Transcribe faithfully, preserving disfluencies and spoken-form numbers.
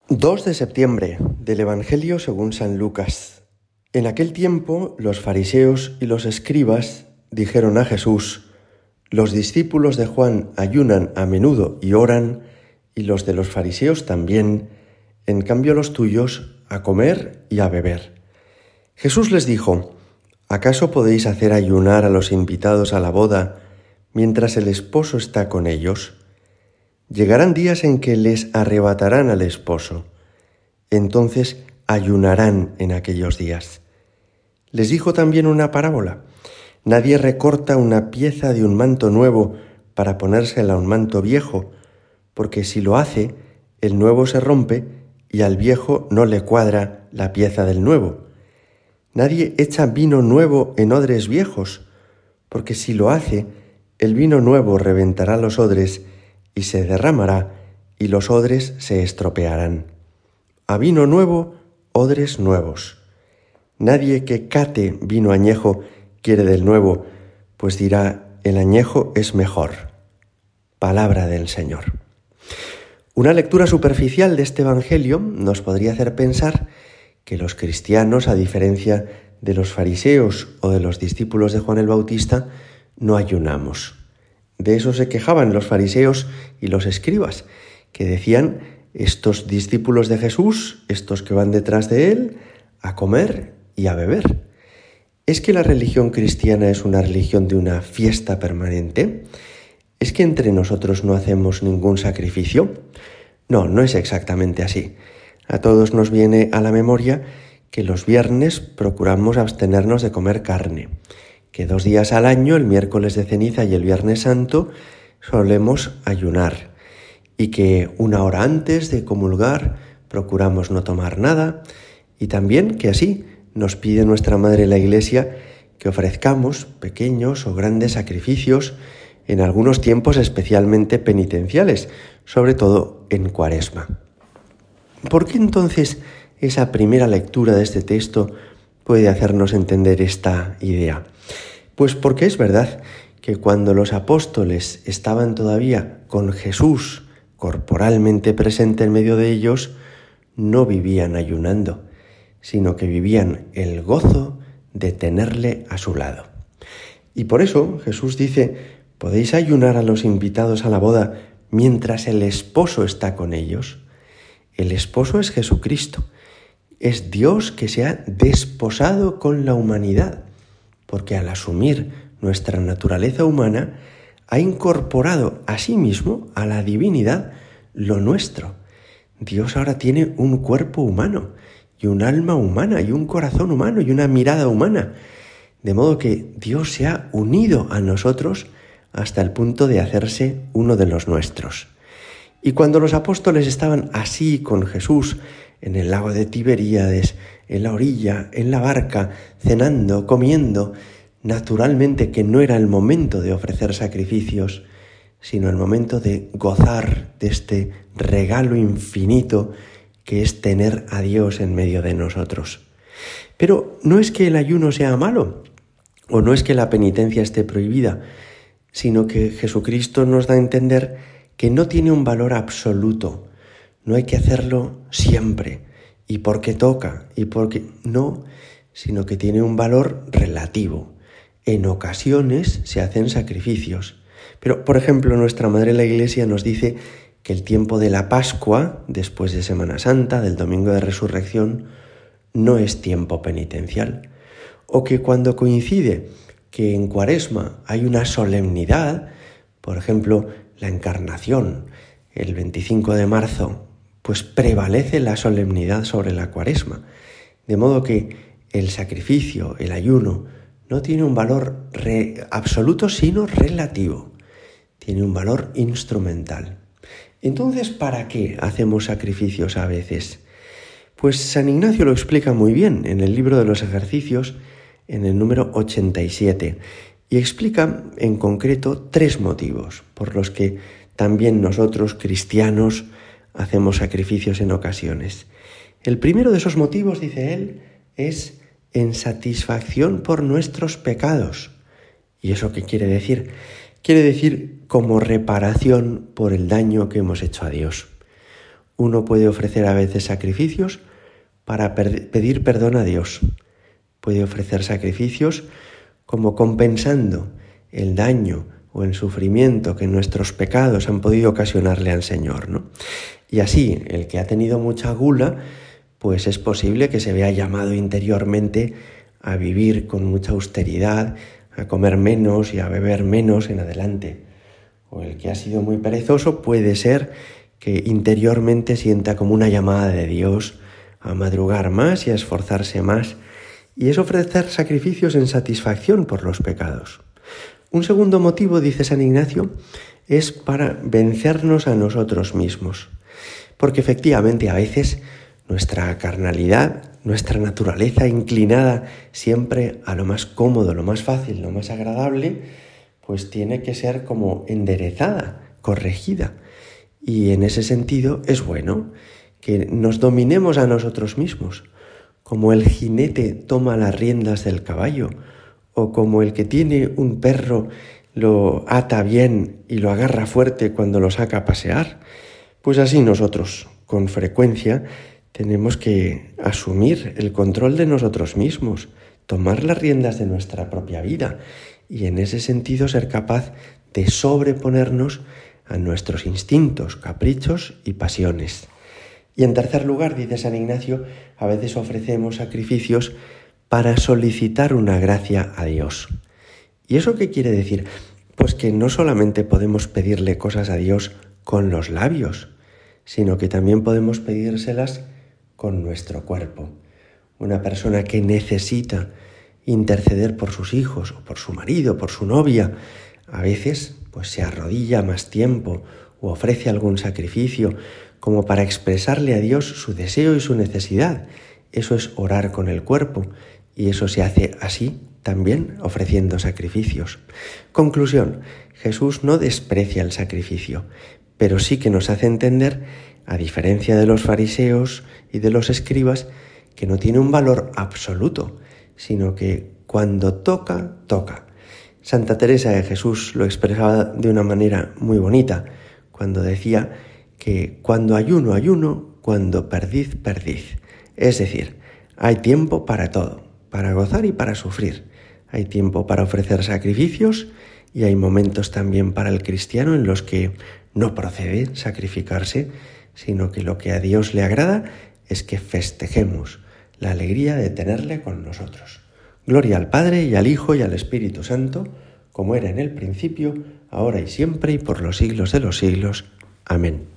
dos de septiembre del Evangelio según San Lucas. En aquel tiempo los fariseos y los escribas dijeron a Jesús: los discípulos de Juan ayunan a menudo y oran, y los de los fariseos también, en cambio los tuyos a comer y a beber. Jesús les dijo: ¿acaso podéis hacer ayunar a los invitados a la boda mientras el esposo está con ellos? Llegarán días en que les arrebatarán al esposo. Entonces ayunarán en aquellos días. Les dijo también una parábola. Nadie recorta una pieza de un manto nuevo para ponérsela a un manto viejo, porque si lo hace, el nuevo se rompe y al viejo no le cuadra la pieza del nuevo. Nadie echa vino nuevo en odres viejos, porque si lo hace, el vino nuevo reventará los odres y se derramará, y los odres se estropearán. A vino nuevo, odres nuevos. Nadie que cate vino añejo quiere del nuevo, pues dirá: el añejo es mejor. Palabra del Señor. Una lectura superficial de este Evangelio nos podría hacer pensar que los cristianos, a diferencia de los fariseos o de los discípulos de Juan el Bautista, no ayunamos. De eso se quejaban los fariseos y los escribas, que decían: estos discípulos de Jesús, estos que van detrás de él, a comer y a beber. ¿Es que la religión cristiana es una religión de una fiesta permanente? ¿Es que entre nosotros no hacemos ningún sacrificio? No, no es exactamente así. A todos nos viene a la memoria que los viernes procuramos abstenernos de comer carne, que dos días al año, el miércoles de ceniza y el viernes santo, solemos ayunar, y que una hora antes de comulgar procuramos no tomar nada, y también que así nos pide nuestra Madre la Iglesia que ofrezcamos pequeños o grandes sacrificios en algunos tiempos especialmente penitenciales, sobre todo en Cuaresma. ¿Por qué entonces esa primera lectura de este texto puede hacernos entender esta idea? Pues porque es verdad que cuando los apóstoles estaban todavía con Jesús corporalmente presente en medio de ellos, no vivían ayunando, sino que vivían el gozo de tenerle a su lado. Y por eso Jesús dice: podéis ayunar a los invitados a la boda mientras el esposo está con ellos. El esposo es Jesucristo, es Dios que se ha desposado con la humanidad, porque al asumir nuestra naturaleza humana, ha incorporado a sí mismo, a la divinidad, lo nuestro. Dios ahora tiene un cuerpo humano, y un alma humana, y un corazón humano, y una mirada humana. De modo que Dios se ha unido a nosotros hasta el punto de hacerse uno de los nuestros. Y cuando los apóstoles estaban así con Jesús, en el lago de Tiberíades, en la orilla, en la barca, cenando, comiendo, naturalmente que no era el momento de ofrecer sacrificios, sino el momento de gozar de este regalo infinito que es tener a Dios en medio de nosotros. Pero no es que el ayuno sea malo, o no es que la penitencia esté prohibida, sino que Jesucristo nos da a entender que no tiene un valor absoluto. No hay que hacerlo siempre, y porque toca, y porque no, sino que tiene un valor relativo. En ocasiones se hacen sacrificios. Pero, por ejemplo, nuestra Madre la Iglesia nos dice que el tiempo de la Pascua, después de Semana Santa, del Domingo de Resurrección, no es tiempo penitencial. O que cuando coincide que en Cuaresma hay una solemnidad, por ejemplo, la Encarnación, el veinticinco de marzo, pues prevalece la solemnidad sobre la Cuaresma. De modo que el sacrificio, el ayuno, no tiene un valor re- absoluto, sino relativo. Tiene un valor instrumental. Entonces, ¿para qué hacemos sacrificios a veces? Pues San Ignacio lo explica muy bien en el libro de los ejercicios, en el número ochenta y siete, y explica en concreto tres motivos por los que también nosotros, cristianos, hacemos sacrificios en ocasiones. El primero de esos motivos, dice él, es en satisfacción por nuestros pecados. ¿Y eso qué quiere decir? Quiere decir como reparación por el daño que hemos hecho a Dios. Uno puede ofrecer a veces sacrificios para per- pedir perdón a Dios. Puede ofrecer sacrificios como compensando el daño o el sufrimiento que nuestros pecados han podido ocasionarle al Señor, ¿no? Y así, el que ha tenido mucha gula, pues es posible que se vea llamado interiormente a vivir con mucha austeridad, a comer menos y a beber menos en adelante. O el que ha sido muy perezoso puede ser que interiormente sienta como una llamada de Dios a madrugar más y a esforzarse más, y es ofrecer sacrificios en satisfacción por los pecados. Un segundo motivo, dice San Ignacio, es para vencernos a nosotros mismos, porque efectivamente a veces nuestra carnalidad, nuestra naturaleza inclinada siempre a lo más cómodo, lo más fácil, lo más agradable, pues tiene que ser como enderezada, corregida. Y en ese sentido es bueno que nos dominemos a nosotros mismos, como el jinete toma las riendas del caballo, o como el que tiene un perro lo ata bien y lo agarra fuerte cuando lo saca a pasear. Pues así nosotros, con frecuencia, tenemos que asumir el control de nosotros mismos, tomar las riendas de nuestra propia vida y en ese sentido ser capaz de sobreponernos a nuestros instintos, caprichos y pasiones. Y en tercer lugar, dice San Ignacio, a veces ofrecemos sacrificios para solicitar una gracia a Dios. ¿Y eso qué quiere decir? Pues que no solamente podemos pedirle cosas a Dios con los labios, sino que también podemos pedírselas con nuestro cuerpo. Una persona que necesita interceder por sus hijos, o por su marido, por su novia, a veces pues se arrodilla más tiempo o ofrece algún sacrificio como para expresarle a Dios su deseo y su necesidad. Eso es orar con el cuerpo y eso se hace así también ofreciendo sacrificios. Conclusión, Jesús no desprecia el sacrificio, pero sí que nos hace entender, a diferencia de los fariseos y de los escribas, que no tiene un valor absoluto, sino que cuando toca, toca. Santa Teresa de Jesús lo expresaba de una manera muy bonita, cuando decía que cuando ayuno, ayuno, cuando perdiz, perdiz. Es decir, hay tiempo para todo, para gozar y para sufrir. Hay tiempo para ofrecer sacrificios y hay momentos también para el cristiano en los que no procede sacrificarse, sino que lo que a Dios le agrada es que festejemos la alegría de tenerle con nosotros. Gloria al Padre y al Hijo y al Espíritu Santo, como era en el principio, ahora y siempre y por los siglos de los siglos. Amén.